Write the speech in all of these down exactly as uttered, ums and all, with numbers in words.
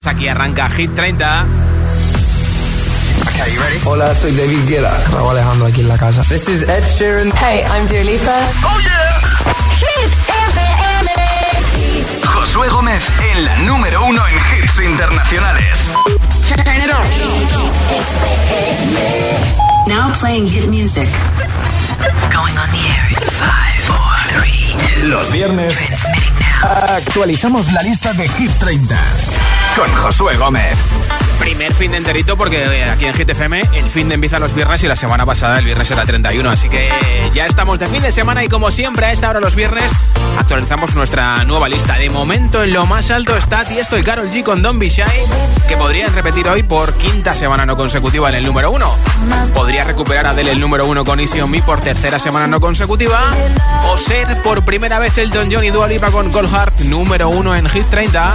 Aquí arranca Hit treinta. Okay, you ready? Hola, soy David Guetta. Raúl Alejandro aquí en la casa. This is Ed Sheeran. Hey, I'm Dua Lipa. Oh yeah. Hit F M. Josué Gómez en la número uno en hits internacionales. Turn it on. Now playing hit music. Going on the air in five, four, three, two. Los viernes Transmitting now. actualizamos la lista de Hit treinta con Josué Gómez. Primer fin de enterito porque aquí en Hit F M el fin de empieza los viernes y la semana pasada el viernes era treinta y uno, así que ya estamos de fin de semana y como siempre a esta hora los viernes actualizamos nuestra nueva lista. De momento en lo más alto está Tiesto y Karol G con Don't Be Shy, que podrían repetir hoy por quinta semana no consecutiva en el número uno. Podría recuperar a Adele el número uno con Easy on Me por tercera semana no consecutiva, o ser por primera vez Elton John y Dua Lipa con Cold Heart número uno en Hit treinta.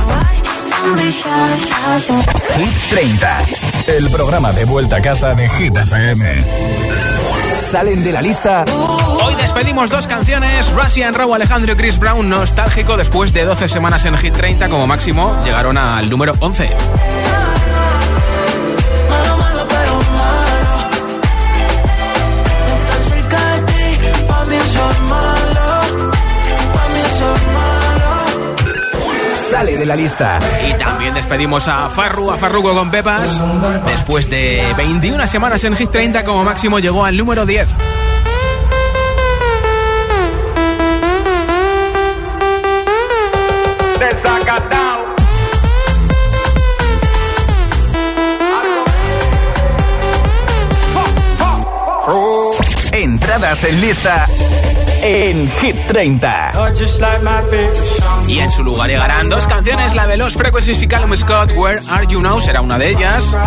Hit treinta, el programa de vuelta a casa de Hit F M. Salen de la lista. Hoy despedimos dos canciones. Russian, Raúl Alejandro y Chris Brown, Nostálgico. Después de doce semanas en Hit treinta, como máximo llegaron al número once. Sale de la lista. Y también despedimos a Farru, a Farruko con Pepas. Después de veintiuna semanas en Hit treinta, como máximo llegó al número diez. Entradas en lista en Hit treinta. Y en su lugar llegarán dos canciones, la de Lost Frequencies y Callum Scott, Where Are You Now será una de ellas.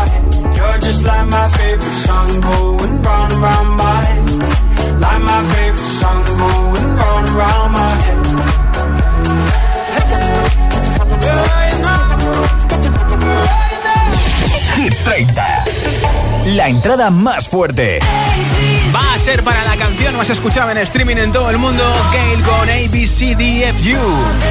Hit treinta, la entrada más fuerte. Va a ser para la canción más escuchada en streaming en todo el mundo, Gale con A B C D F U.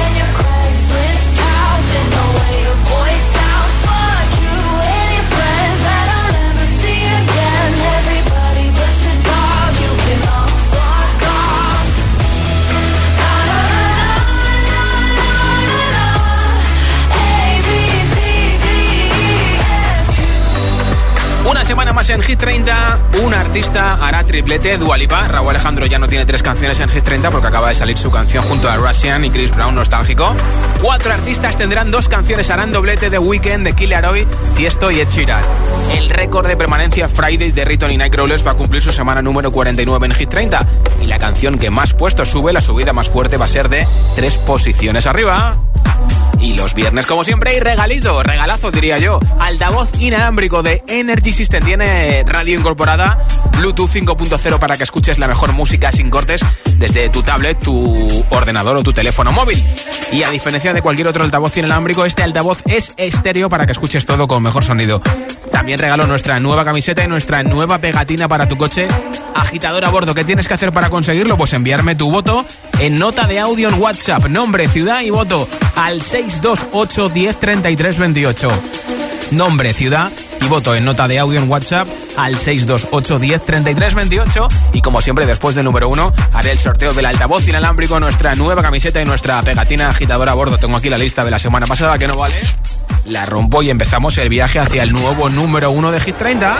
Una semana más en Hit treinta, un artista hará triplete, Dua Lipa. Raúl Alejandro ya no tiene tres canciones en Hit treinta porque acaba de salir su canción junto a Russian y Chris Brown, Nostálgico. Cuatro artistas tendrán dos canciones, harán doblete, The Weeknd, The Kid Laroi, Tiesto y Ed Sheeran. El récord de permanencia Friday de Riton y Nightcrawlers va a cumplir su semana número cuarenta y nueve en Hit treinta. Y la canción que más puestos sube, la subida más fuerte va a ser de tres posiciones arriba. Y los viernes, como siempre, hay regalito, regalazo diría yo. Altavoz inalámbrico de Energy System. Tiene radio incorporada, Bluetooth cinco punto cero para que escuches la mejor música sin cortes desde tu tablet, tu ordenador o tu teléfono móvil. Y a diferencia de cualquier otro altavoz inalámbrico, este altavoz es estéreo para que escuches todo con mejor sonido. También regalo nuestra nueva camiseta y nuestra nueva pegatina para tu coche, agitador a bordo. ¿Qué tienes que hacer para conseguirlo? Pues enviarme tu voto en nota de audio en WhatsApp, nombre, ciudad y voto al seis dos ocho, diez, treinta y tres, veintiocho. Nombre, ciudad y voto en nota de audio en WhatsApp al seis dos ocho, diez, treinta y tres, veintiocho. Y como siempre, después del número uno, haré el sorteo del altavoz inalámbrico, nuestra nueva camiseta y nuestra pegatina agitadora a bordo. Tengo aquí la lista de la semana pasada que no vale. La rompo y empezamos el viaje hacia el nuevo número uno de Hit treinta.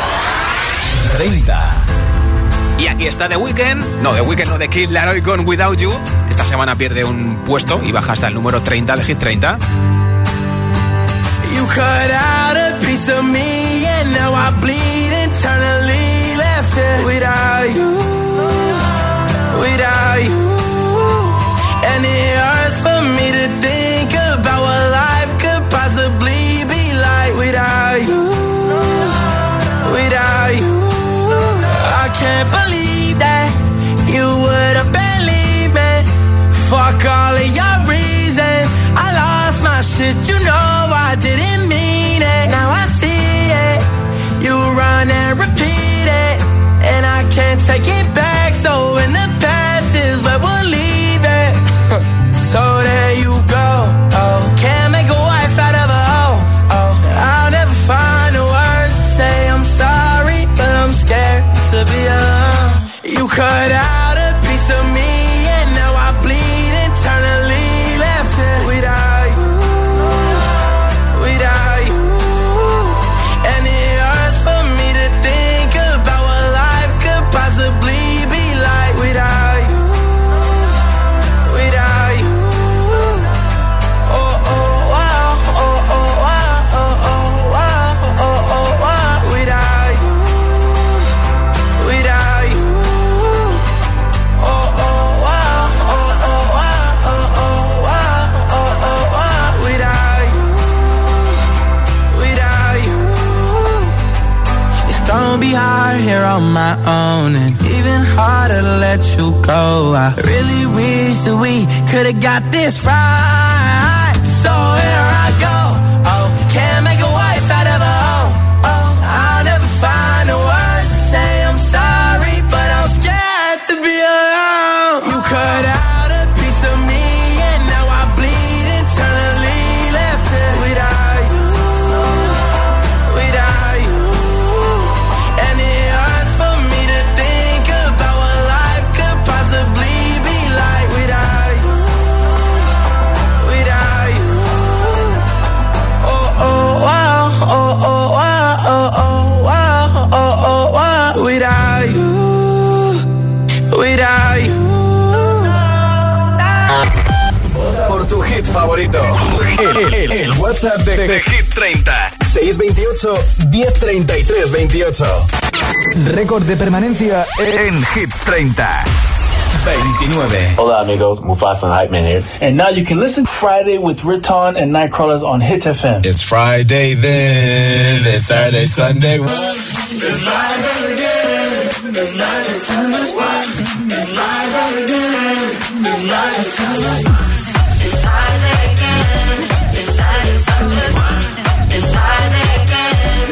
treinta. Y aquí está The Weeknd, no The Weeknd, no The Kid Laroi con Without You. Esta semana pierde un puesto y baja hasta el número treinta de Hit treinta. You cut out a piece of me and now I bleed internally, left it without you, without you. And it hurts for me to think about what life could possibly be like without you, without you. I can't believe that you would have believed me. Fuck all of your reasons, I lost my shit, you know I didn't mean it. Now I see it, you run and repeat it, and I can't take it back. So in the past is where we'll leave it. So there you go, oh. Can't make a wife out of a hoe. gonna be hard here on my own, and even harder to let you go. I really wish that we could've got this right. So here I go. Oh, can't make a wife out of a hoe. Oh, I'll never find the words to say I'm sorry, but I'm scared to be alone. You cut out a piece of me, and now I bleed internally. Left it without you, without you. And it hurts for me to think about what life could possibly be like without you, without you. Oh, oh, wow, oh, oh, wow, oh, oh, wow, oh, oh, wow. Without you, without you. Por tu hit favorito. El, el, el WhatsApp de, de Hit treinta. seis veintiocho, diez treinta y tres veintiocho. Récord de permanencia en Hit treinta. veintinueve. Hola amigos, Mufasa and Hype Man here. And now you can listen Friday with Riton and Nightcrawlers on Hit F M. It's Friday then, it's Saturday, Sunday. It's live again, it's live Sunday. It's live again, it's live Sunday. It's Friday again. It's Saturday, Sunday. It's Friday again.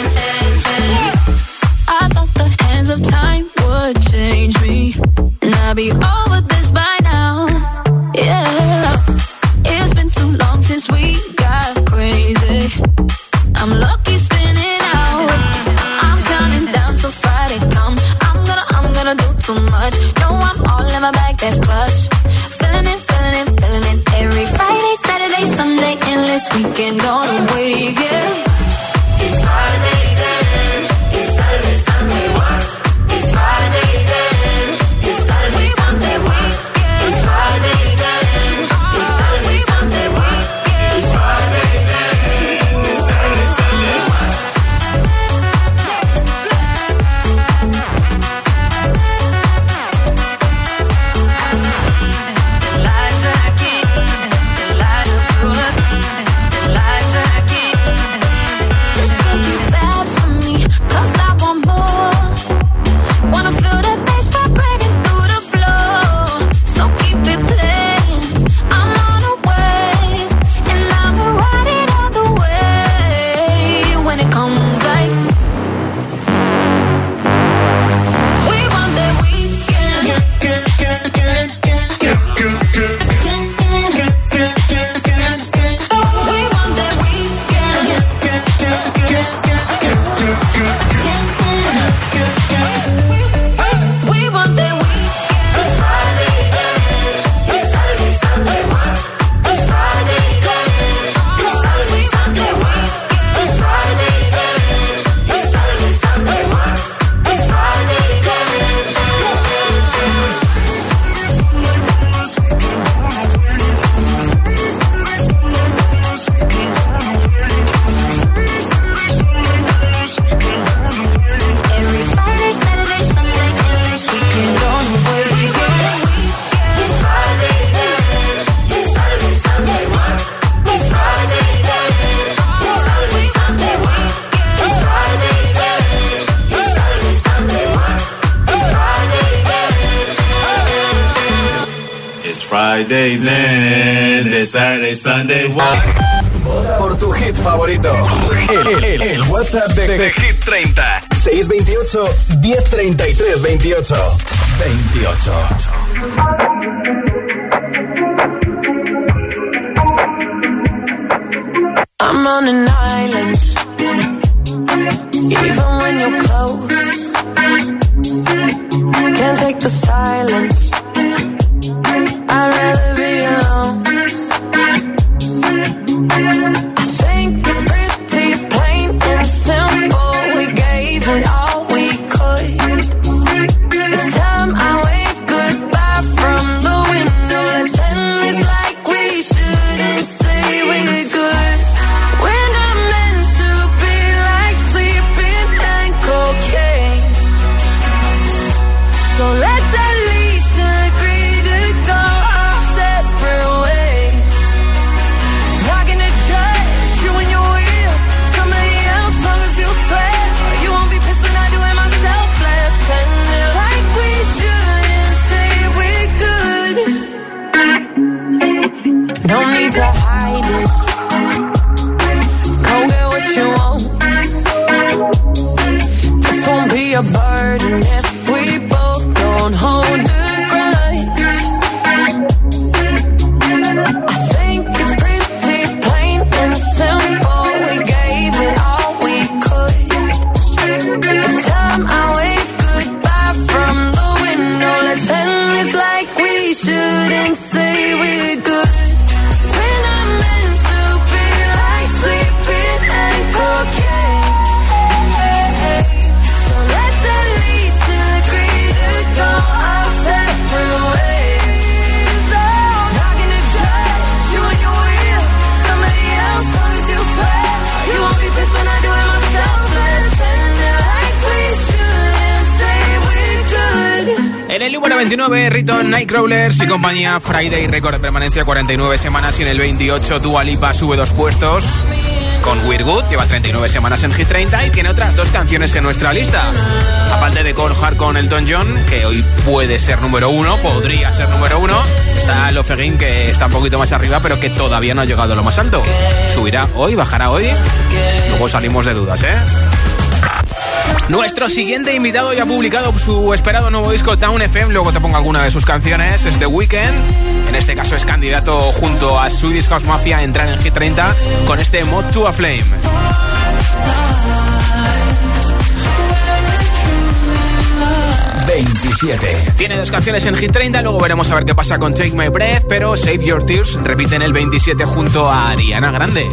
I thought the hands of time would change me, and I'll be over this by now. Yeah, it's been too long since we got crazy. I'm lucky spinning out. I'm counting down till Friday come. I'm gonna, I'm gonna do too much. No, I'm all in my bag, that's clutch. Feeling it, feeling it, feeling it. Every Friday, Saturday, Sunday, endless weekend on a wave, yeah. It's Friday then, it's Saturday, Sunday, what? It's Friday then, it's Saturday, Sunday, weekend. It's Friday then, it's Saturday, Sunday, weekend. It's Friday then, it's Saturday, Sunday, what? Friday then, it's Saturday, Sunday, what? Por tu hit favorito. El, el, el WhatsApp de, de Hit treinta. seis veintiocho, diez treinta y tres veintiocho. veintiocho. I'm on an island, even when you're close. Can't take the silence. I'd rather be alone. I think it's pretty plain and simple. We gave it all we could. It's time I wave goodbye from the window. Let's end this like we shouldn't say we're good. We're not En el número veintinueve, Riton, Nightcrawlers y compañía, Friday, récord de permanencia, cuarenta y nueve semanas. Y en el veintiocho, Dua Lipa sube dos puestos con We're Good, lleva treinta y nueve semanas en Hit treinta y tiene otras dos canciones en nuestra lista. Aparte de Cold Heart con Elton John, que hoy puede ser número uno, podría ser número uno, está Love Again, que está un poquito más arriba, pero que todavía no ha llegado a lo más alto. Subirá hoy, bajará hoy, luego salimos de dudas, ¿eh? Nuestro siguiente invitado ya ha publicado su esperado nuevo disco Town F M, luego te pongo alguna de sus canciones, es The Weeknd. En este caso es candidato junto a Swedish House Mafia a entrar en Hit treinta con este Mod to a Flame. veintisiete. Tiene dos canciones en Hit treinta, luego veremos a ver qué pasa con Take My Breath, pero Save Your Tears repite en el veintisiete junto a Ariana Grande.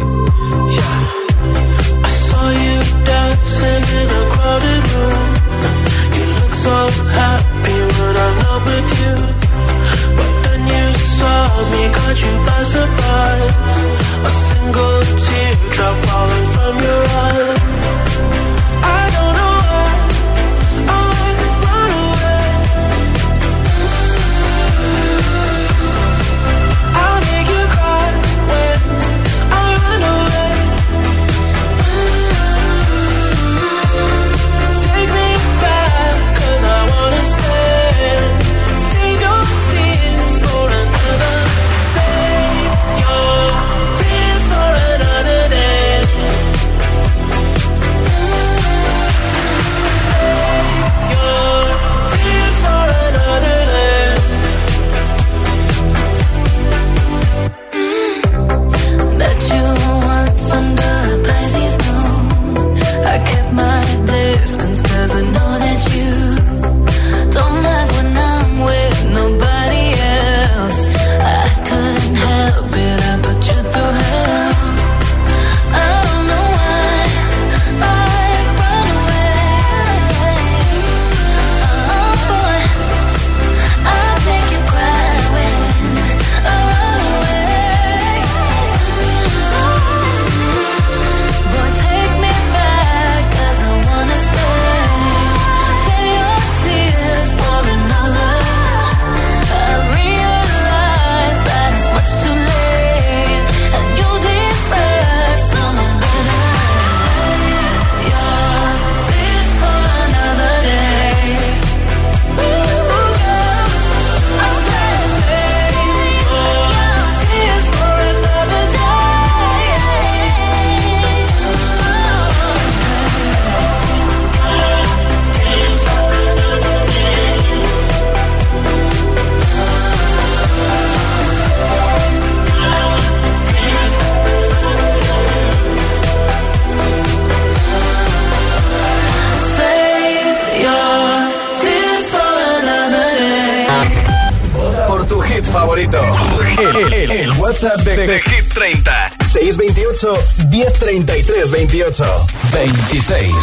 Dancing in a crowded room. You look so happy when I'm not with you. But then you saw me, caught you by surprise. A single teardrop falling from your eye. I don't know why I run away. I'll make you cry when I run away. El, el, el WhatsApp de, de, de Hit treinta. seis veintiocho, diez treinta y tres veintiocho. veintiséis.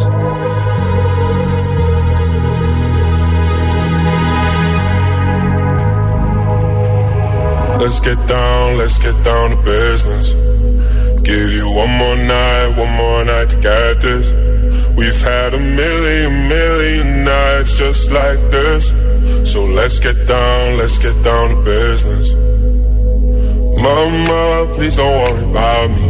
Let's get down, let's get down to business. Give you one more night, one more night to get this. We've had a million, million nights just like this. So let's get down, let's get down to business. Mama, please don't worry about me.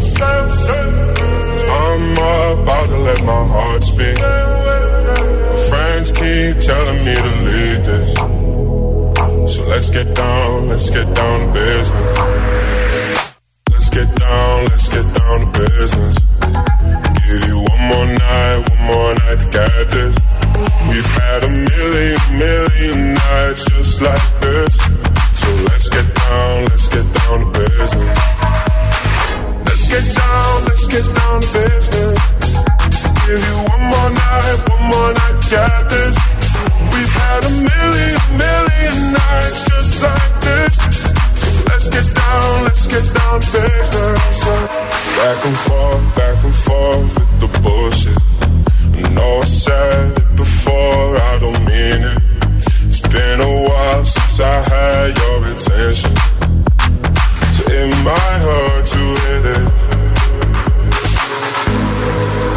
I'm about to let my heart speak. My friends keep telling me to leave this. So let's get down, let's get down to business. Let's get down, let's get down to business. Give you one more night, one more night to get this. We've had a million, million nights just like this. So let's get down, let's get down to business. Let's get down, let's get down to business. Give you one more night, one more night to get this. We've had a million, million nights just like this. So let's get down, let's get down to business. Back and forth, back and forth with the bullshit. I know I said it before, I don't mean it. It's been a while since I had your attention, so it might hurt to hit it.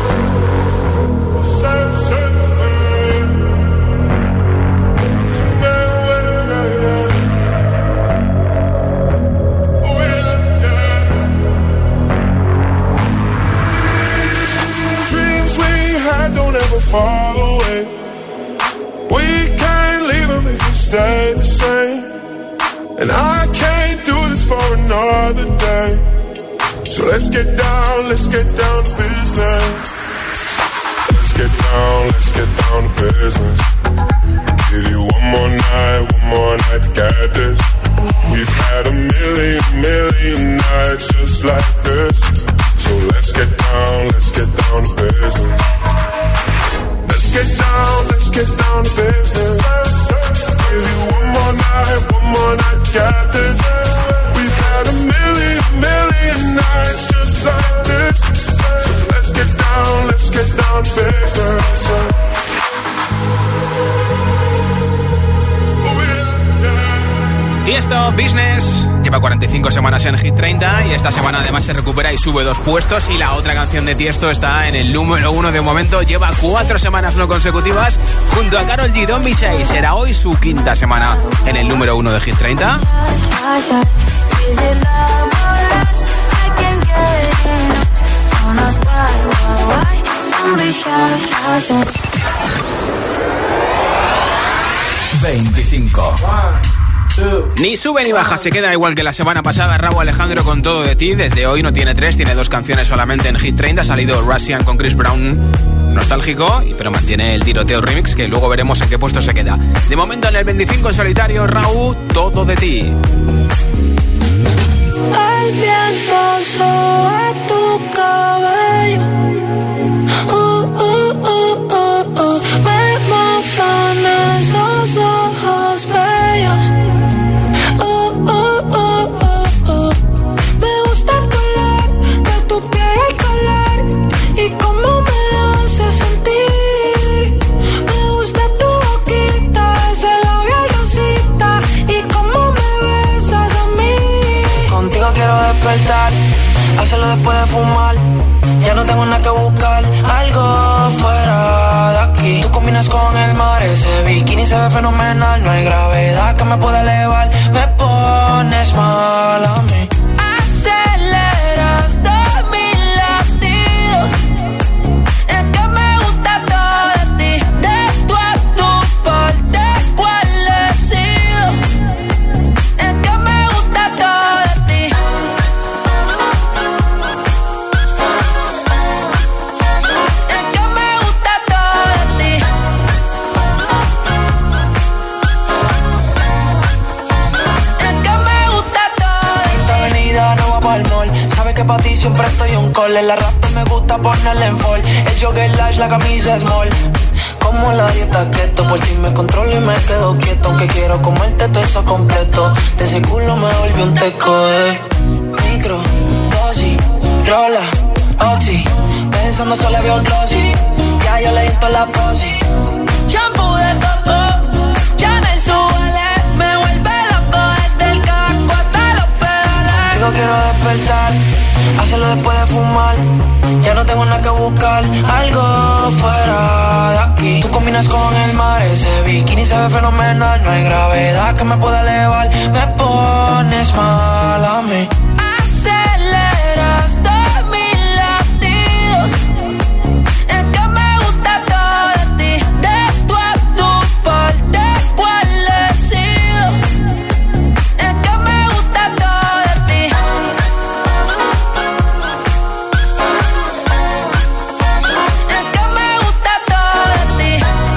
Say, say, far away. We can't leave them if we stay the same. And I can't do this for another day. So let's get down, let's get down to business. Let's get down, let's get down to business. Give you one more night, one more night to get this. We've had a million, million nights just like this. So let's get down, let's get down to business. Let's get down, let's get down to business. Give you one more night, one more night to get this. We've had a million, million nights just like this. So let's get down, let's get down to business. Tiesto, Business, lleva cuarenta y cinco semanas en Hit treinta y esta semana además se recupera y sube dos puestos, y la otra canción de Tiesto está en el número uno de momento, lleva cuatro semanas no consecutivas junto a Karol G. Don't Be Shy. Será hoy su quinta semana en el número uno de Hit treinta. veinticinco. Ni sube ni baja, se queda igual que la semana pasada. Rauw Alejandro con Todo de Ti. Desde hoy no tiene tres, tiene dos canciones solamente en Hit treinta. Ha salido Russian con Chris Brown, nostálgico, pero mantiene el tiroteo remix, que luego veremos en qué puesto se queda. De momento en el veinticinco en solitario, Rauw, Todo de Ti. El viento sobre tu cabello, uh, uh, uh, uh, uh. Me matan esos ojos bellos. Hacerlo después de fumar. Ya no tengo nada que buscar, algo fuera de aquí. Tú combinas con el mar, ese bikini se ve fenomenal. No hay gravedad que me pueda elevar. Me pones mal a mí. Aceleras todos mis latidos. Es que me gusta todo de ti. De tu a tu parte, ¿cuál he sido? Es que me gusta todo de ti. Es que me gusta todo de ti. Es que me gusta todo de ti. Esta avenida no va pa'l mall. Sabes que pa' ti siempre estoy un call. El arrastre me gusta ponerle en fall. El jogger large, la camisa small. Como la dieta keto, por ti me controlo y me quedo quieto. Aunque quiero comerte todo eso completo. De ese culo me volví un teco, eh. Micro, dosis, rola, oxi. Pensando solo veo glossy. Ya yo le di toda la posi. Shampoo de coco, ya me suele. Me vuelve loco desde el casco hasta los pedales. Digo quiero despertar, hacerlo después de fumar. Ya no tengo nada que buscar, algo fuera de aquí. Tú combinas con el mar, ese bikini se ve fenomenal. No hay gravedad que me pueda elevar. Me pones mal a mí. Aceleras todos mis latidos. Es que me gusta todo de ti. De tu a tu parte, ¿cuál he sido? Es que me gusta todo de ti. Es que me gusta todo de ti.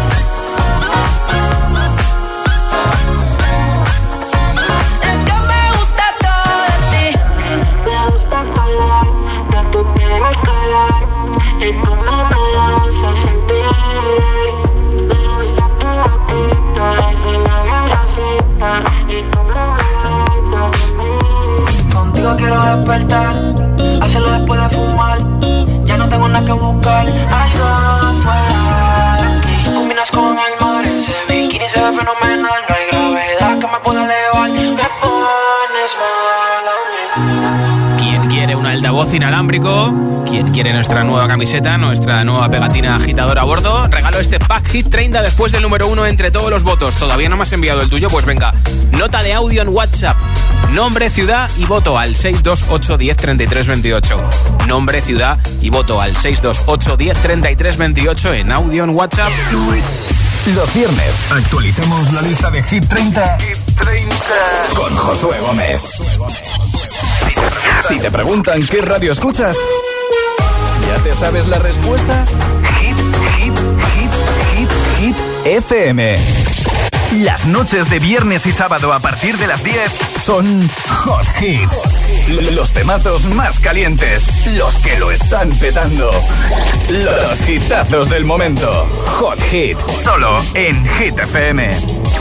Es que me gusta todo de ti. Me gusta el color de tu piel al color y cómo me hace sentir. Me gusta tu boquita, ese labio rosita y cómo me hace sentir. Contigo quiero despertar, hacerlo después de fumar. Ya no tengo nada que buscar, algo fuera de aquí. Tú combinas con el mar, ese bikini se ve fenomenal. No hay gravedad que me pueda elevar. Me pones mal a mí. ¿Quién quiere un altavoz inalámbrico? ¿Quién quiere nuestra nueva camiseta, nuestra nueva pegatina agitadora a bordo? Regalo este pack Hit treinta después del número uno entre todos los votos. ¿Todavía no me has enviado el tuyo? Pues venga, nota de audio en WhatsApp Nombre, ciudad y voto al seis dos ocho, uno cero, tres tres dos ocho. Nombre, ciudad y voto al seis dos ocho, uno cero, tres tres dos ocho en audio en WhatsApp. Los viernes actualizamos la lista de Hit treinta, Hit treinta con Josué Gómez. Si te preguntan qué radio escuchas, ¿ya te sabes la respuesta? Hit, hit, hit, hit, hit F M. Las noches de viernes y sábado a partir de las diez son Hot Hit. Los temazos más calientes, los que lo están petando, los hitazos del momento. Hot Hit, solo en Hit F M.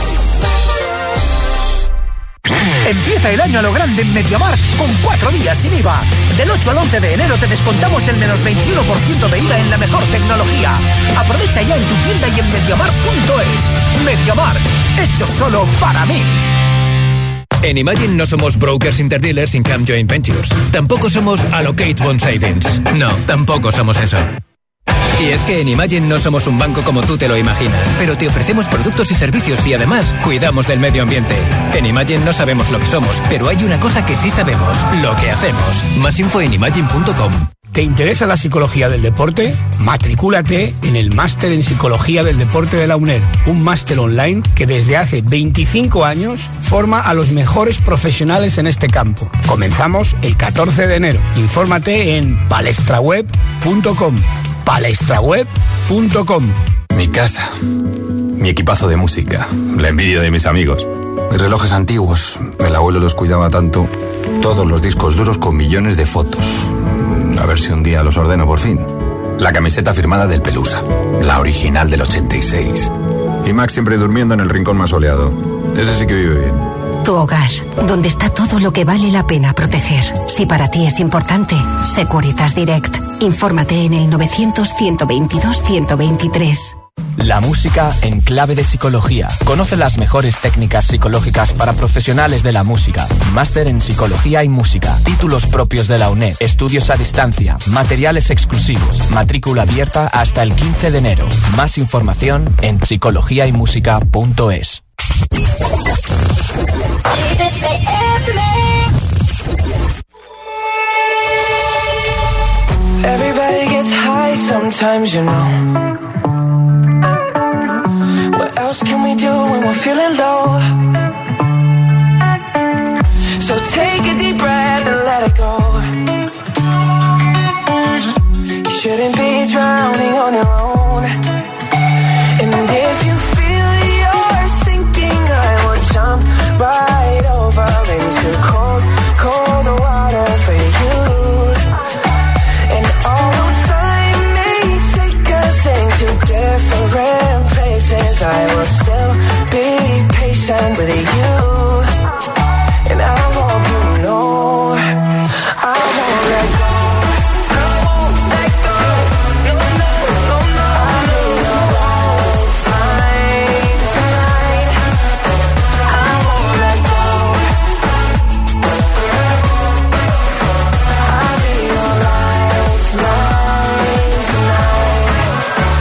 Empieza el año a lo grande en MediaMarkt con cuatro días sin I V A. Del ocho al once de enero te descontamos el menos veintiuno por ciento de I V A en la mejor tecnología. Aprovecha ya en tu tienda y en MediaMarkt punto es. MediaMarkt, hecho solo para mí. En Imagine no somos brokers interdealers sin Camp Joint Ventures. Tampoco somos Allocate Bond Savings. No, tampoco somos eso. Y es que en Imagine no somos un banco como tú te lo imaginas, pero te ofrecemos productos y servicios y además cuidamos del medio ambiente. En Imagine no sabemos lo que somos, pero hay una cosa que sí sabemos, lo que hacemos. Más info en imagine punto com. ¿Te interesa la psicología del deporte? Matricúlate en el Máster en Psicología del Deporte de la UNED, un máster online que desde hace veinticinco años forma a los mejores profesionales en este campo. Comenzamos el catorce de enero. Infórmate en palestraweb punto com. palestraweb punto com. Mi casa, mi equipazo de música, la envidia de mis amigos, mis relojes antiguos, el abuelo los cuidaba tanto, todos los discos duros con millones de fotos. A ver si un día los ordeno por fin. La camiseta firmada del Pelusa, la original del ochenta y seis. Y Max siempre durmiendo en el rincón más soleado. Ese sí que vive bien. Tu hogar, donde está todo lo que vale la pena proteger. Si para ti es importante, Securitas Direct. Infórmate en el novecientos, ciento veintidós, ciento veintitrés. La música en clave de psicología. Conoce las mejores técnicas psicológicas para profesionales de la música. Máster en Psicología y Música. Títulos propios de la UNED. Estudios a distancia. Materiales exclusivos. Matrícula abierta hasta el quince de enero. Más información en psicología y música punto es. Everybody gets high sometimes, you know. What else can we do when we're feeling low? So take a deep breath and let it go. You shouldn't be drowning on your own. And if you feel you're sinking, I will jump right over into cold, cold water for you. And although time may take us into different places, I will still be patient with you. And I hope you know I won't let go. I won't let go. No, no, no, no. I know you're fine tonight. I won't let go. I'll be your lifeline tonight.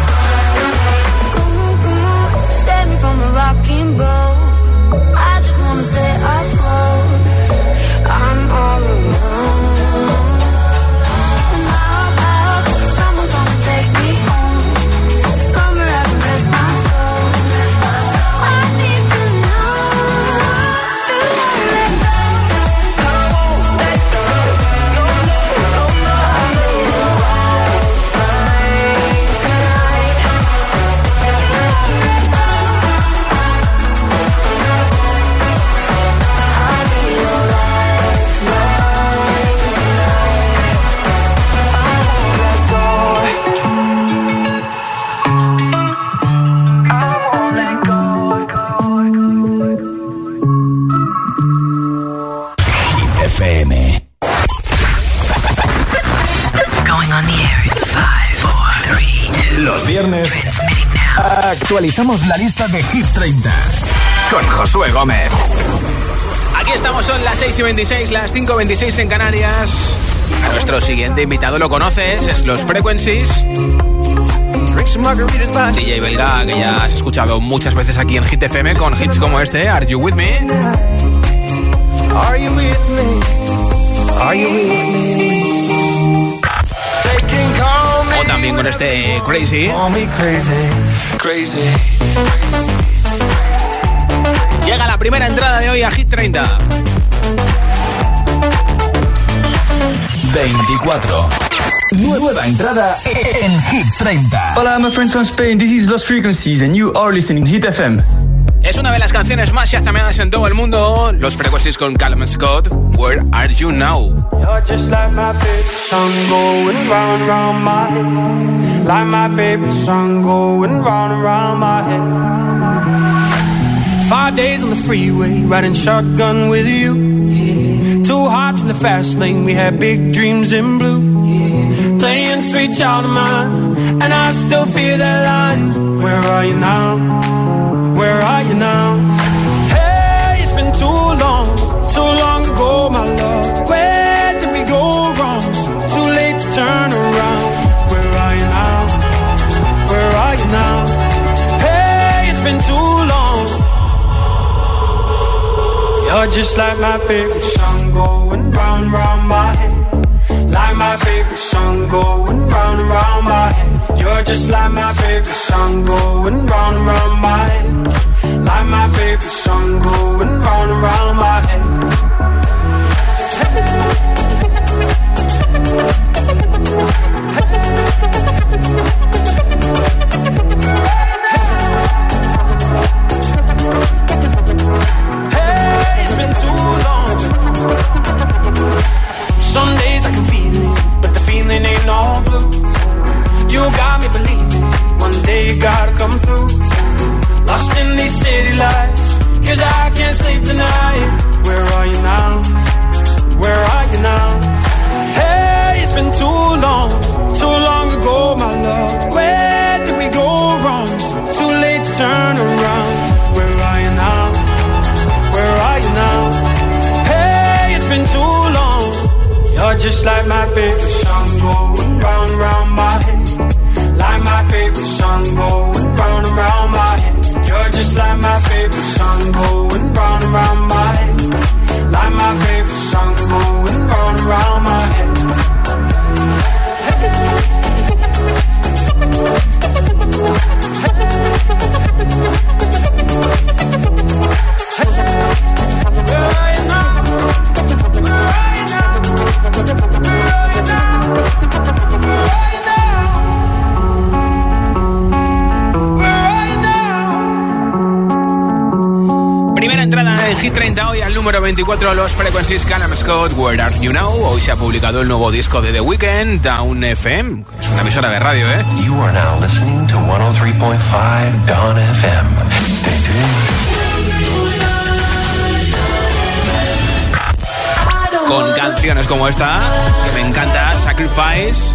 Come on, come on, save me from a rocking boat. I just wanna stay afloat. I'm all alone. And I hope, I hope that someone's gonna take me home. Somewhere I can rest my soul. I need to know you won't let go. I won't let go. No, no, no, no. I know you're fine tonight. You won't let go. I'll be your lifeline tonight. I won't let go. I won't let go. Hit F M. Going on the air in five, four, three, two. Los viernes actualizamos la lista de Hit treinta con Josué Gómez. Aquí estamos, son las seis y veintiséis, las cinco y veintiséis en Canarias. A nuestro siguiente invitado lo conoces, es Los Frequencies. D J belga que ya has escuchado muchas veces aquí en Hit F M con hits como este, Are You With Me? Are you with me? Are you with me? They can call me. O también con este Crazy. Call me crazy, crazy. Llega la primera entrada de hoy a Hit treinta. veinticuatro. Nueva entrada en Hit treinta. Hola, my friends from Spain. This is Lost Frequencies and you are listening Hit F M. Es una de las canciones más yazameadas en todo el mundo. Los Frequencies con Callum Scott. Where are you now? You're just like my favorite song going round and round my head. Like my favorite song going round and round my head. Five days on the freeway, riding shotgun with you. Yeah. Two hearts in the fast lane, we had big dreams in blue. Yeah. Playing sweet child of mine, and I still feel that line. Where are you now? Where are you now? Hey, it's been too long, too long ago, my love. Where did we go wrong? Too late to turn around. Where are you now? Where are you now? Hey, it's been too long. You're just like my favorite song going round, round my head. Like my favorite song going round and round my head. You're just like my favorite song going round and round my head. Like my favorite song going round and round my head. Hey, it's been too long. Some days I can feel it, but the feeling ain't all blue. You got me believing one day you gotta come through. Lost in these city lights, cause I can't sleep tonight. Where are you now? Where are you now? Hey, it's been too long, too long ago, my love. Where did we go wrong? Too late to turn around. Where are you now? Where are you now? Hey, it's been too long. You're just like my favorite song going round and round my head. Like my favorite song going round and round my head. You're just like my favorite song going round and round my head. Like my favorite song going round and round my head. Hit treinta hoy al número veinticuatro, los Frequencies, Callum Scott, Where Are You Now. Hoy se ha publicado el nuevo disco de The Weeknd, Down F M. Es una emisora de radio, ¿eh? You are now listening to ciento tres punto cinco Dawn F M. Stay tuned. Con canciones como esta, que me encanta, Sacrifice.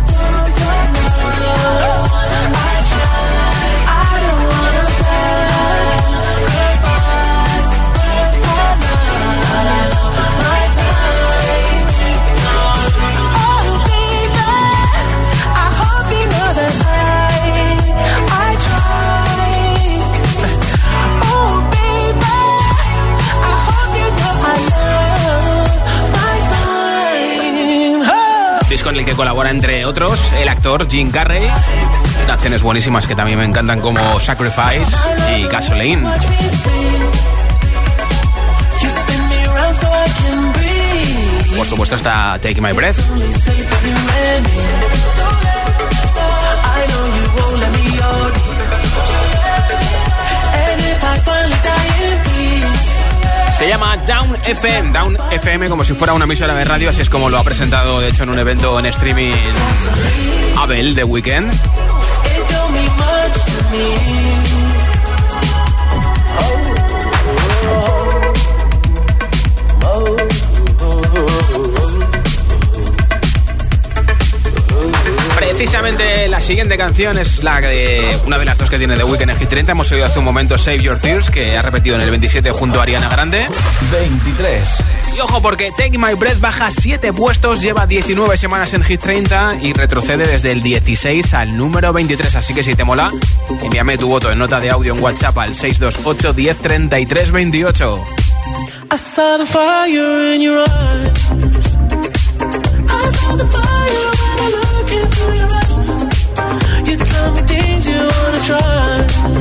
Con el que colabora entre otros el actor Jim Carrey. Canciones buenísimas que también me encantan como Sacrifice y Gasoline. Por supuesto está Take My Breath. Se llama Down F M, Down F M, como si fuera una emisora de radio, así es como lo ha presentado, de hecho, en un evento en streaming Abel de Weeknd. Precisamente la siguiente canción es la de una de las dos que tiene The Weeknd en Hit treinta. Hemos oído hace un momento Save Your Tears, que ha repetido en el veintisiete junto a Ariana Grande. veintitrés. Y ojo, porque Take My Breath baja siete puestos, lleva diecinueve semanas en Hit treinta y retrocede desde el dieciséis al número veintitrés. Así que si te mola, envíame tu voto en nota de audio en WhatsApp al seis dos ocho, diez, treinta y tres, veintiocho. I saw the fire in your eyes. I saw the fire when I look into your eyes. You tell me things you wanna try.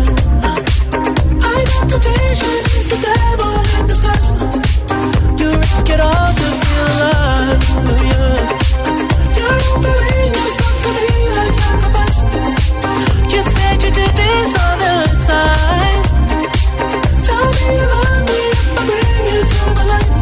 I know temptation is the devil in disguise. You risk it all to feel alive, yeah. You're offering yourself to me like sacrifice. You said you do this all the time. Tell me you love me if I bring you to the light.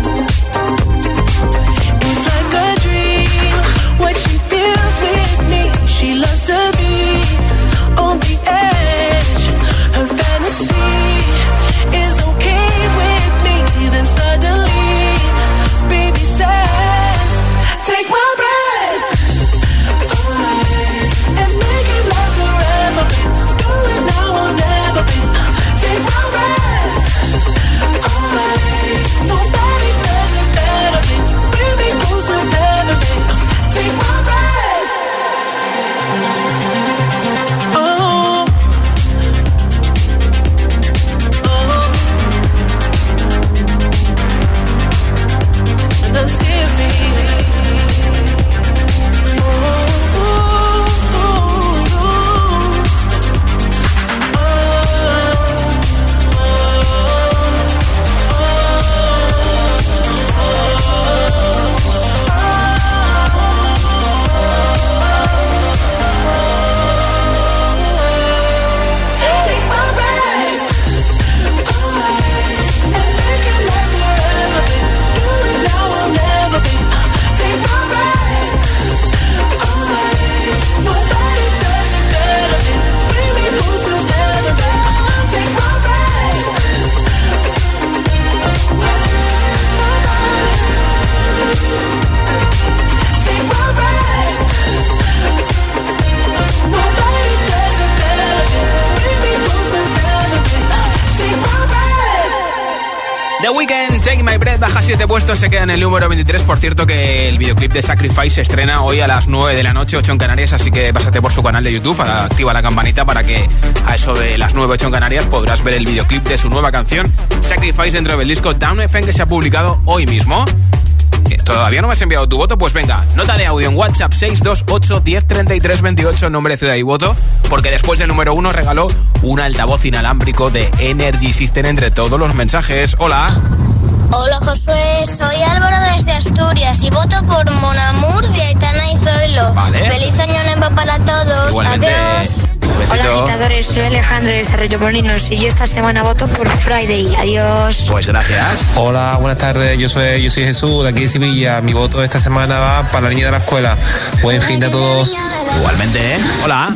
It's like a dream, what she feels with me. She loves to be on the edge. Her fantasy is okay with me. Then suddenly, baby says, take my breath away and make it last forever. Do it now or never, babe. Take my breath away. Nobody does it better, babe. Bring me close to heaven, babe. Take my breath. Oh. Oh. And I see it. Take my breath away and make it last forever, babe. Do it now or never, babe. Take my breath away. Nobody does it better, babe. Bring me close to heaven, babe. Take my breath. Take my breath. Nobody does it better, babe. Bring me close to heaven, babe. Take my breath. The Weeknd, Take My Breath, baja siete puestos, se queda en el número veintitrés. Por cierto que el videoclip de Sacrifice se estrena hoy a las nueve de la noche, ocho en Canarias, así que pásate por su canal de YouTube, activa la campanita para que a eso de las nueve, ocho en Canarias podrás ver el videoclip de su nueva canción Sacrifice dentro del disco Down F M que se ha publicado hoy mismo. ¿Todavía no me has enviado tu voto? Pues venga, nota de audio en WhatsApp seis dos ocho, diez, treinta y tres, veintiocho, nombre, ciudad y voto, porque después del número uno regaló un altavoz inalámbrico de Energy System entre todos los mensajes. Hola. Hola Josué, soy Álvaro desde Asturias y voto por Mon Amour de Aitana y Zoilo. Vale. Feliz año nuevo para todos. Igualmente. Adiós. Hola agitadores, soy Alejandro de Arroyomolinos y yo esta semana voto por Friday. Adiós. Pues gracias. Hola, buenas tardes, yo soy, yo soy Jesús de aquí de Sevilla. Mi voto esta semana va para la niña de la escuela. Buen fin de a todos. Igualmente, ¿eh? Hola.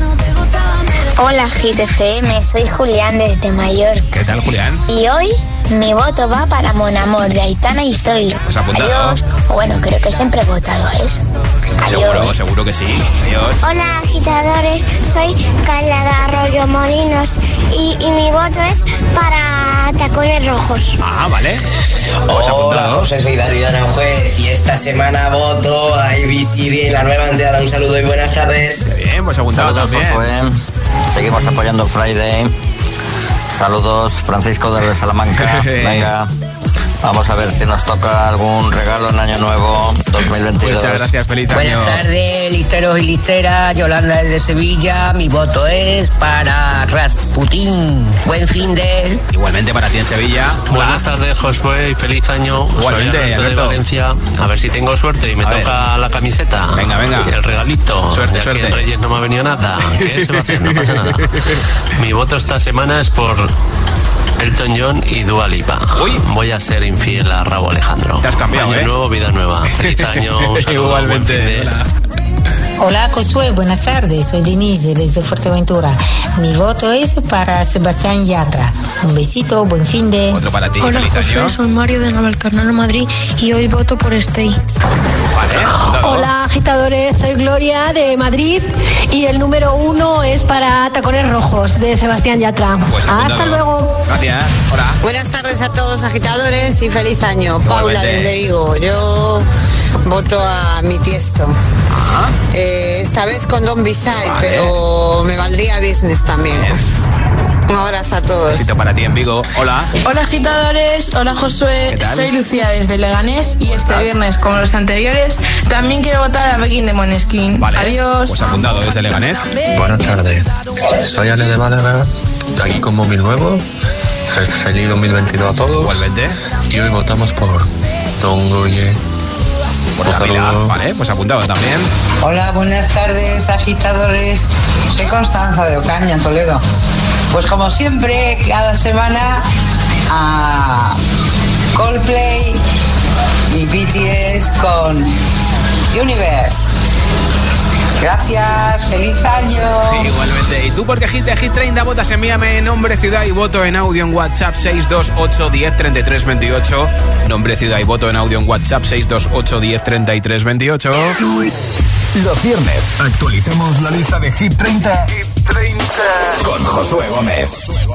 Hola Hit F M, soy Julián desde Mallorca. ¿Qué tal, Julián? Y hoy mi voto va para Mon Amour de Aitana y Zoilo. Pues apuntado. Adiós. Bueno, creo que siempre he votado eso. Seguro, Adiós. seguro que sí. Adiós. Hola agitadores, soy Carla de Arroyomolinos y, y mi voto es para Tacones Rojos. Ah, vale. Pues hola José, soy David Aranjuez y esta semana voto a A B C D en la nueva entrada. Un saludo y buenas tardes. Qué bien, pues apuntado. Saludos, también. Josué. Seguimos apoyando Friday. Saludos, Francisco desde Salamanca. Venga, vamos a ver si nos toca algún regalo en Año Nuevo dos mil veintidós. Muchas gracias, feliz año. Buenas tardes, listeros y listeras. Yolanda desde Sevilla. Mi voto es para Rasputín. Buen fin de... Igualmente para ti en Sevilla. Buenas tardes, Josué, y feliz año. Igualmente, Soy Alberto de Alberto. Valencia. A ver si tengo suerte y me A toca ver. la camiseta. Venga, venga. Y el regalito. Suerte, ya suerte. que en Reyes no me ha venido nada. ¿Qué se va a hacer? No pasa nada. Mi voto esta semana es por Elton John y Dua Lipa. Uy. Voy a ser infiel a Raúl Alejandro. Te has cambiado, Año ¿eh? nuevo, vida nueva. Feliz año. Un saludo, Igualmente. buen fin de- Hola Josué, buenas tardes, soy Denise desde Fuerteventura. Mi voto es para Sebastián Yatra. Un besito, buen fin de... Otro para ti, Hola feliz José, año. soy Mario de Navalcarnero, Madrid y hoy voto por Stay. Vale, apuntado. Hola agitadores, soy Gloria de Madrid y el número uno es para Tacones Rojos de Sebastián Yatra. Pues apuntado. Hasta luego. Gracias. Hola. Buenas tardes a todos agitadores y feliz año. Paula Igualmente. desde Vigo. Yo voto a mi Tiesto. Eh, esta vez con Don Beside, Vale. pero me valdría Business también. Un abrazo a todos. Besito para ti en Vigo. Hola. Hola agitadores, hola Josué, soy Lucía desde Leganés y este viernes, como los anteriores, también quiero votar a Begin de Måneskin. Vale. Adiós. Pues apuntado desde Leganés. Buenas tardes, soy Ale de Málaga, aquí con móvil nuevo. Feliz dos mil veintidós a todos. Igualmente. Y hoy votamos por Don Goye. Pues vale, pues apuntado también. Hola, buenas tardes, agitadores. Soy Constanza de Ocaña, Toledo. Pues como siempre, cada semana a Coldplay y B T S con Universe. Gracias, feliz año. Sí, igualmente. ¿Y tú por qué Hit de Hit treinta votas? Envíame nombre, ciudad y voto en audio en WhatsApp seis dos ocho, diez, treinta y tres, veintiocho. Nombre, ciudad y voto en audio en WhatsApp seis dos ocho, diez, treinta y tres, veintiocho. Los viernes actualicemos la lista de Hit treinta, Hit treinta con Josué Gómez.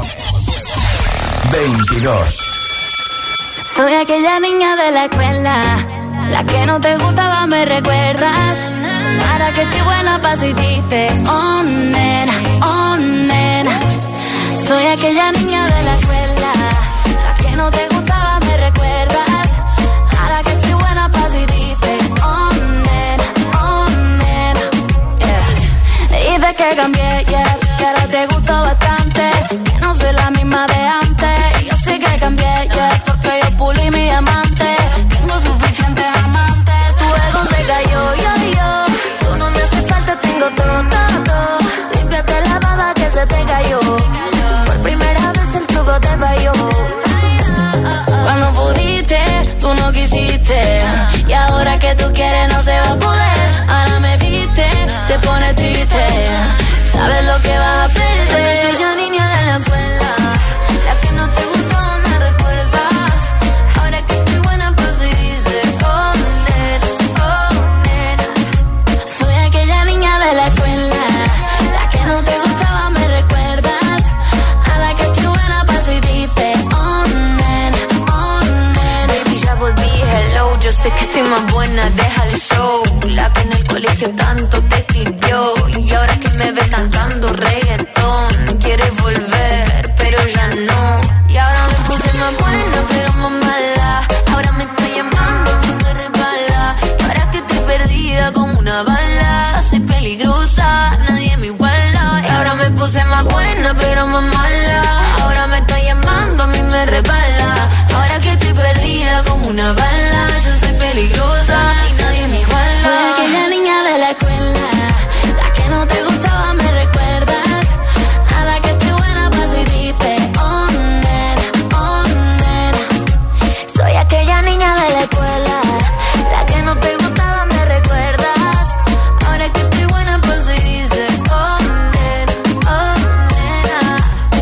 veintidós. Soy aquella niña de la escuela, la que no te gustaba, me recuerdas. Ahora que estoy buena pa' si dices, oh nena, oh nena. Soy aquella niña de la escuela, la que no te gustaba, me recuerdas. Ahora que estoy buena pa' si dices, oh nena, oh nena, yeah. Dices que cambié, yeah, que ahora te gustó bastante, que no soy la misma de antes. Yo sé que cambié, yeah, porque yo pulí mi amante. Tengo suficientes amantes, tu ego se cayó, yo, yo. Tengo todo, todo, todo. Límpiate la baba que se te cayó. Por primera vez el truco te falló. Cuando pudiste, tú no quisiste. Y ahora que tú quieres no se va a poder. Ahora me viste, te pone triste. Sabes lo que vas a perder. Soy aquella niña de la escuela, la que no te gustó, me recuerdas. Ahora que estoy buena pues y dice, oh nena, oh nena. Soy aquella niña de la escuela, la que no te gustaba, me recuerdas. Ahora que estoy buena pues y dice, oh nena, oh nena. Baby ya volví, hello, yo sé que estoy más buena, deja el show. La que en el colegio tanto te escribió y ahora que me ves cantando reggaetón, quieres volver, pero ya no. Y ahora me puse más buena, pero más mala. Ahora me está llamando, me resbala. Y ahora que estoy perdida como una bala, soy peligrosa, nadie me iguala. Y ahora me puse más buena, pero más mala. Ahora me está llamando, a mí me resbala. Ahora que estoy perdida como una bala, yo soy peligrosa y nadie me iguala. Soy aquella niña de la escuela, la que no te gustaba, me recuerdas. Ahora que estoy buena pues y dice, oh nena, oh nena. Soy aquella niña de la escuela, la que no te gustaba, me recuerdas. Ahora que estoy buena pues y dice, oh nena, oh nena.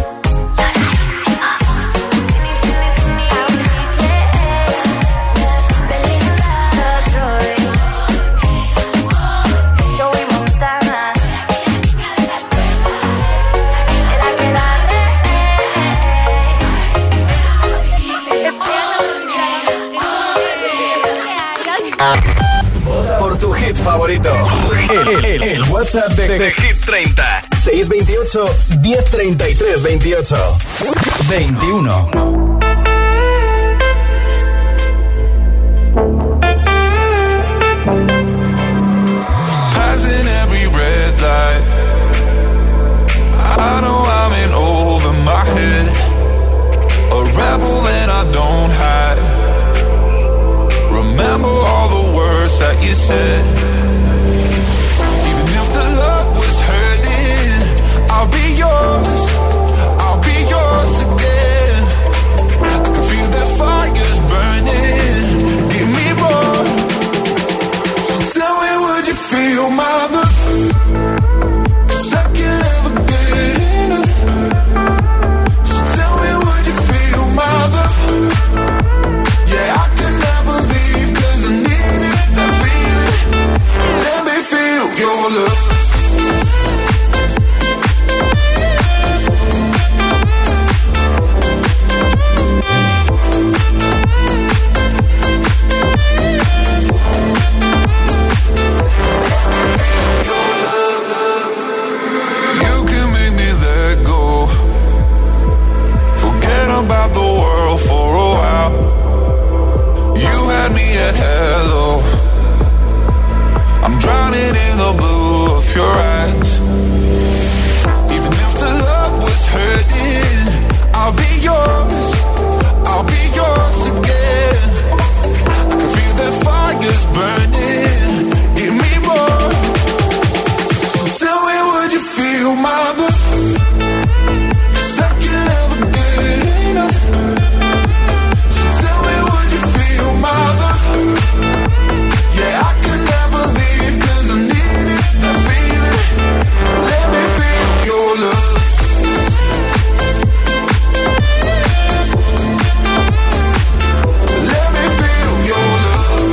Joey Montana. Por tu hit favorito. El, el, el WhatsApp de, de Hit treinta. seis veintiocho, diez treinta y tres, veintiocho. veintiuno. Passing every red light, I know I'm in over my head. A rebel and I don't hide. Remember all the words that you said. Even if the love was hurting, I'll be yours, I'll be yours again. feel my love? 'Cause I can never get enough. So tell me, would you feel my love? Yeah, I can never leave 'cause I need it, that feeling. Let me feel your love. Let me feel your love.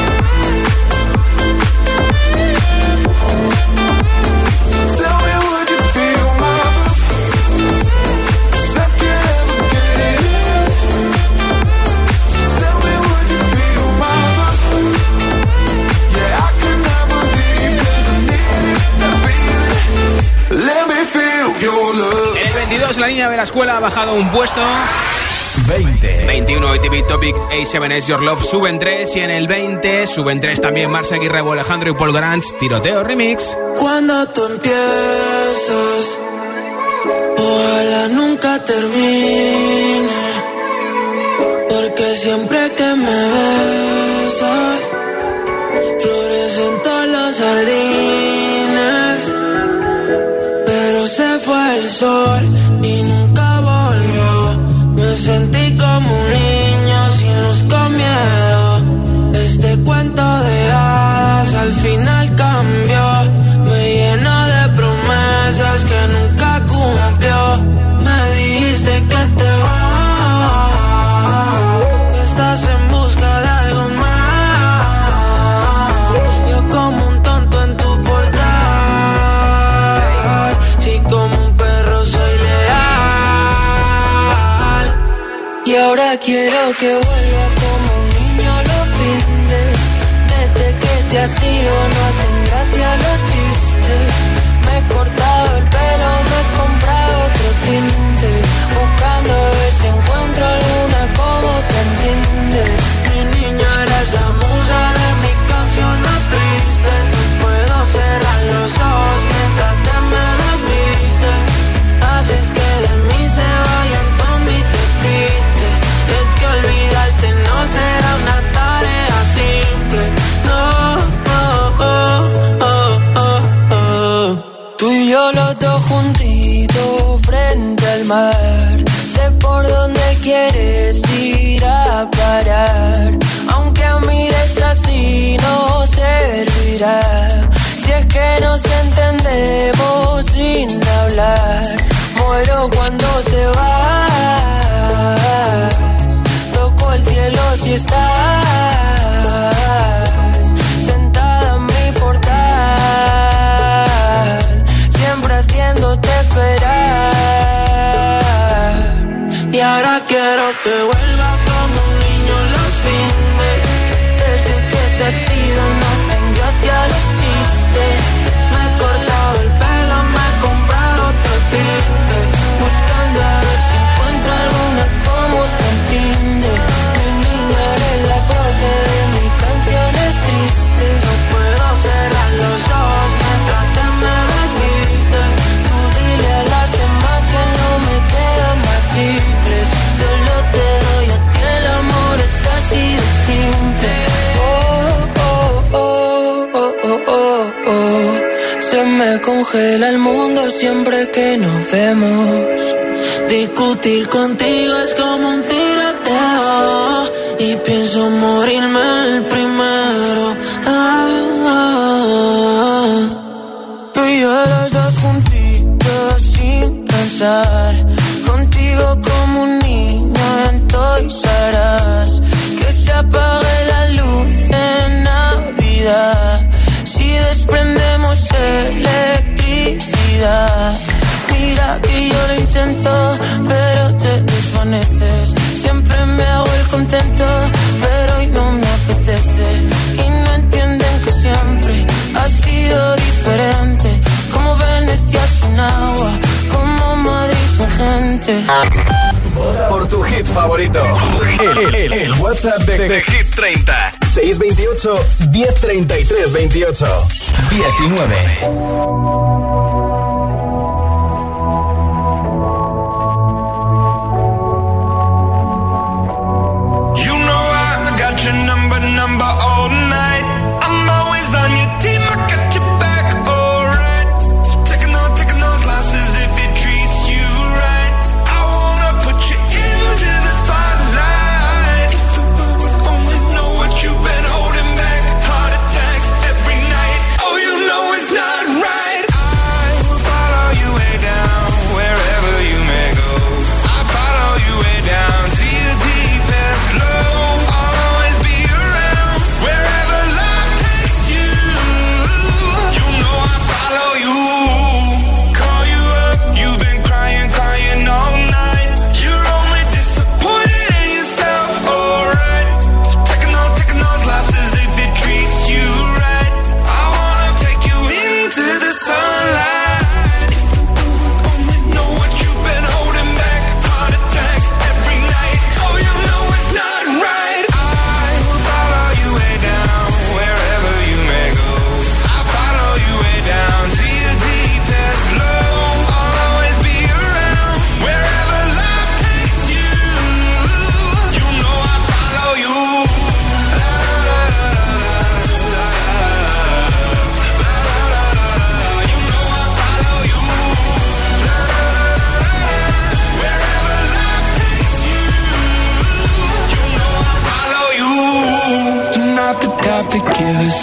So tell me, would you feel my love? 'Cause I can't ever get enough. So tell me, would you feel my love? Yeah, I can never leave 'cause I need it, that feeling. Let me feel your love. En el veintidós, la niña de la escuela ha bajado un puesto. veinte. veintiuno, A T V Topic A siete S Your Love suben tres. Y en el veinte suben tres también Marsa Aguirre, Raúl Alejandro y Paul Grange, Tiroteo Remix. Cuando tú empiezas, ojalá nunca termine, porque siempre que me besas, florecen todos los jardines, pero se fue el sol y nunca volvió. Me sentí como un niño sin luz, con miedo. Este cuento de hadas al final cambió. Me llenó de promesas que nunca cumplió. Me dijiste que te vas, que estás en busca de algo más. Yo como un tonto en tu portal, si como un perro soy leal. Y ahora quiero que vuelva como un niño los fines. Desde que te has ido no hacen gracia los chistes. Me he cortado el pelo, me he comprado otro tinte, buscando a ver si encuentro alguna como te entiende. Mi niña, eres la musa de mis canciones tristes. No puedo cerrar los ojos mientras te me desvistes. Haces que de mí se vayan todos mis despistes. Es que olvidarte no será una tarea simple. No, oh, oh, oh, oh, oh. Tú y yo los dos juntitos frente al mar. Sé por dónde quieres ir a parar. Aunque mires así no servirá. Si es que nos entendemos sin hablar. Muero cuando te vas. Toco el cielo si estás sentada en mi portal, siempre haciéndote esperar. Y ahora quiero que vuelvas como un niño los fines. Desde que te has ido no hacen gracia los chistes. Me he cortado el pelo, me he comprado otro tinte, buscando a ver si encuentro alguna como te entiende. Mi niña, eres la parte de mis canciones tristes. No puedo cerrar los ojos mientras te me desvistes. Tú dile a las demás que no me quedan más chicles. Solo te doy a ti, el amor es así de simple. Oh, oh, oh, oh, oh, oh, oh. Se me congela el mundo siempre que nos vemos. Discutir contigo es como un tiroteo y pienso morirme el primero. Ah, ah, ah. Tú y yo los dos juntitos sin pensar. Contigo como un niño en Toys R Us. Que se apague la luz en Navidad. Si desprendemos electricidad. Mira que yo lo intento, pero te desvaneces. Siempre me hago el contento, pero hoy no me apetece. Y no entienden que siempre ha sido diferente. Como Venecia sin agua, como Madrid sin gente. Por tu hit favorito, el, el, el WhatsApp de, de Hit treinta. seis veintiocho, diez treinta y tres veintiocho. diecinueve. Taking those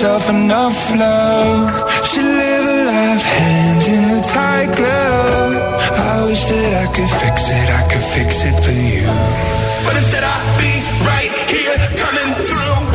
herself enough love. She live a life hand in a tight glove. I wish that I could fix it, I could fix it for you. But instead I'll be right here coming through.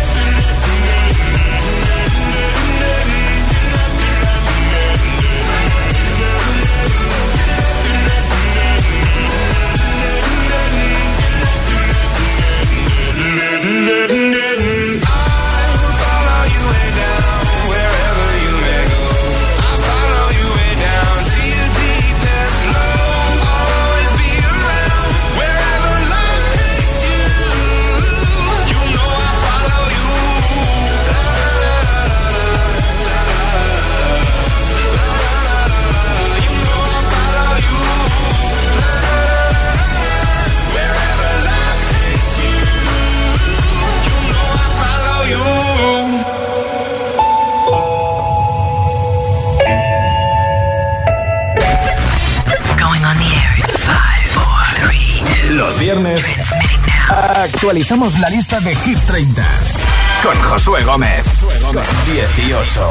Los viernes actualizamos la lista de Hit treinta con Josué Gómez. dieciocho.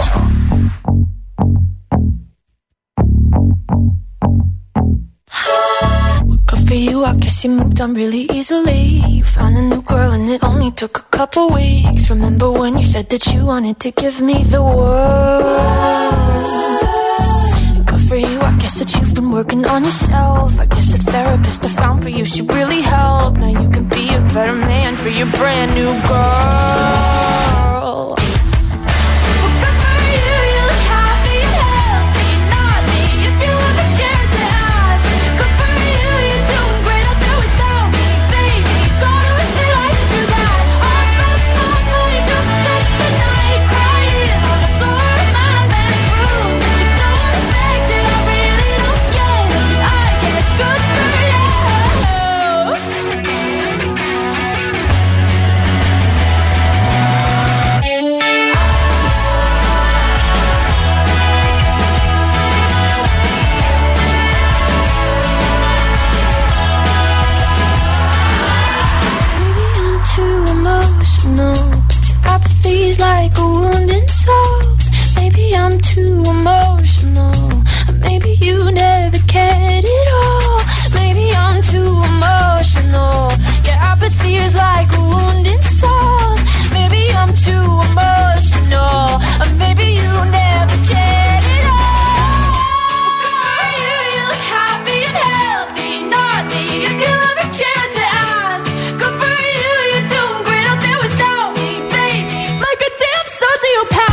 Good for you, I guess you moved on really easily. You found a new girl and it only took a couple weeks. Remember when you said that you wanted to give me the world? For you, I guess that you've been working on yourself. I guess the therapist I found for you should really help. Now you can be a better man for your brand new girl. Well, good for you, you look happy and healthy. Not me, if you ever cared to ask. Good for you, you're doing great out there without me, baby. Gotta wish that I could do that. I lost my mind, don't spend the night crying on the floor of my bedroom. Just so unaffected. Apathy's like a wounded soul. Maybe I'm too emotional. Maybe you never cared at all. Maybe I'm too emotional. Yeah, apathy is like a wounded soul. Maybe I'm too emotional. Maybe you never cared at all. For you, you look happy and healthy. Not me, if you ever cared to ask. Good for you, you're doing great out there without me, baby. Like a damn sociopath.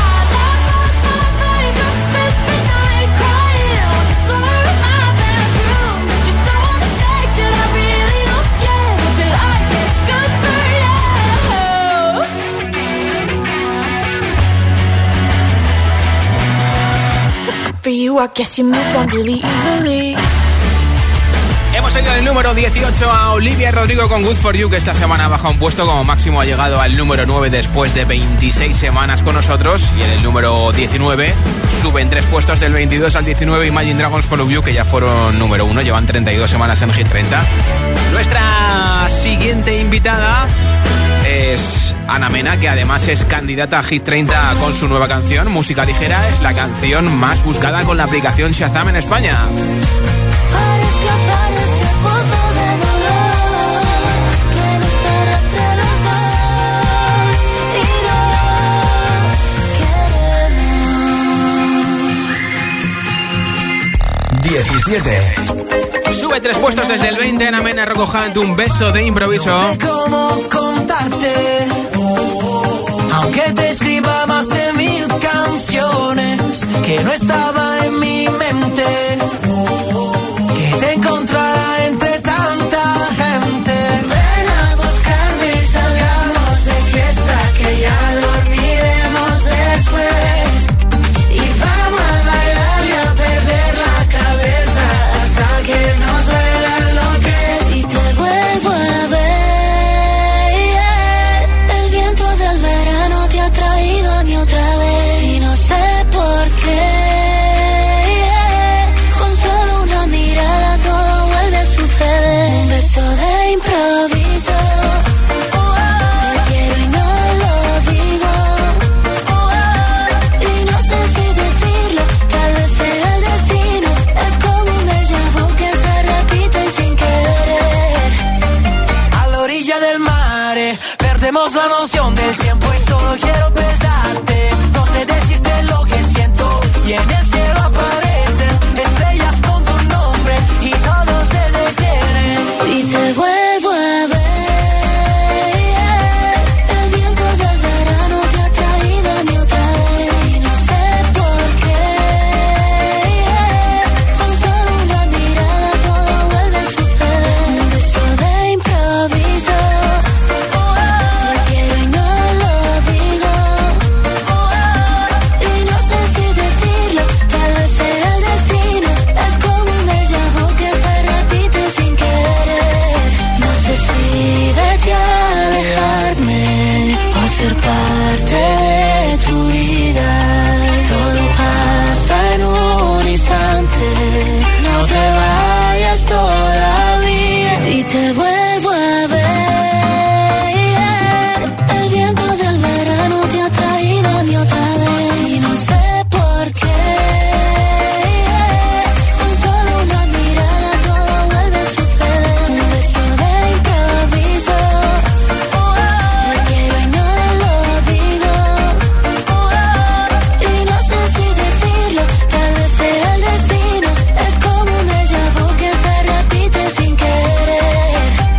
For you, I guess you moved on really easily. Hemos ido del número dieciocho a Olivia Rodrigo con Good For You, que esta semana baja un puesto, como máximo ha llegado al número nueve después de veintiséis semanas con nosotros. Y en el número diecinueve suben tres puestos, del veintidós al diecinueve, Imagine Dragons Follow You, que ya fueron número uno, llevan treinta y dos semanas en Hit treinta. Nuestra siguiente invitada es Ana Mena, que además es candidata a Hit treinta con su nueva canción, Música Ligera. Es la canción más buscada con la aplicación Shazam en España. diecisiete. Sube tres puestos desde el veinte, Ana Mena, Rocco Hunt, Un beso de improviso. No sé cómo contarte, aunque te escriba más de mil canciones, que no estaba en mi mente, que te encontrara entre tanta gente. Ven a buscarme y salgamos de fiesta, que ya dormiremos después. Y vamos a bailar y a perder la cabeza hasta que nos duela lo que es. Y te vuelvo a ver, el viento del verano te ha traído a mí otra vez. Y no sé por qué, perdimos la noción del tiempo y solo quiero besarte. No sé decirte lo que siento y en el cielo aparecen estrellas con tu nombre y todo se detiene. Y te vuelvo a ver. El viento del verano te ha traído a mí otra vez y no sé por qué. Con solo una mirada todo vuelve a suceder. Un beso de improviso. Te quiero y no lo digo. Y no sé si decirlo, tal vez sea el destino. Es como un déjà vu que se repite sin querer. No sé si de ti alejarme o ser parte de tu vida. Todo pasa en un instante. No te vayas todavía. Y te vuelvo a ver. El viento del verano te ha traído a mí otra vez y no sé por qué. Con solo una mirada todo vuelve a suceder. Un beso de improviso. Te quiero y no lo digo. Y no sé si decirlo, tal vez sea el destino. Es como un déjà vu que se repite sin querer.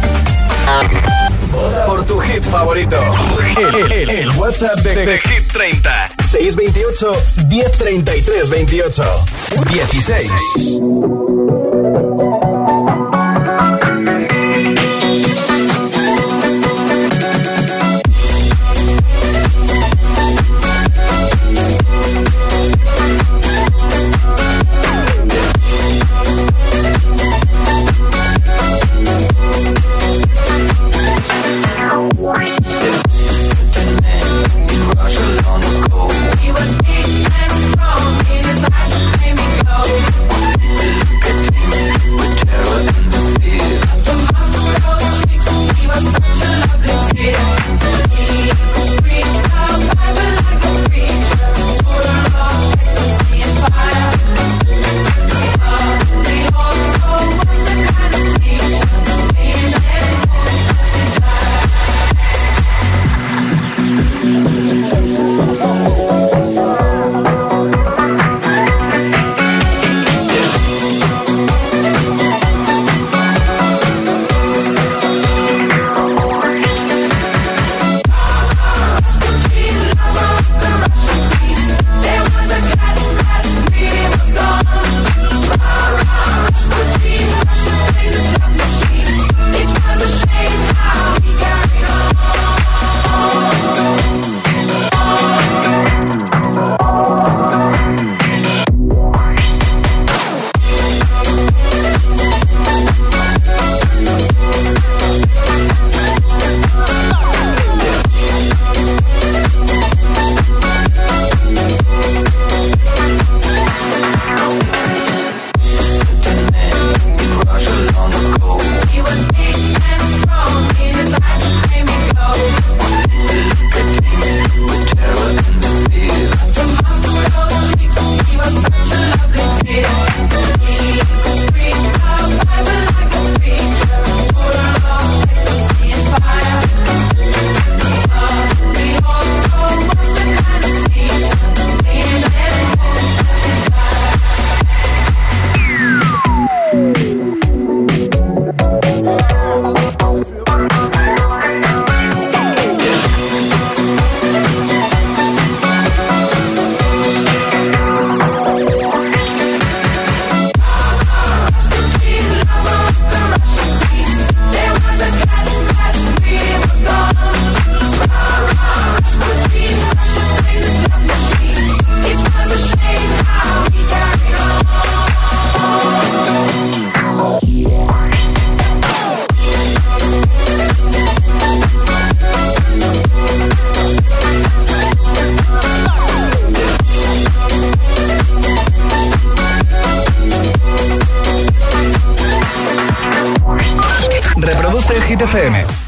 Por tu hit favorito. El, el, el WhatsApp de, de Hit treinta. seis veintiocho, diez treinta y tres veintiocho. dieciséis. Reproduce Hit F M.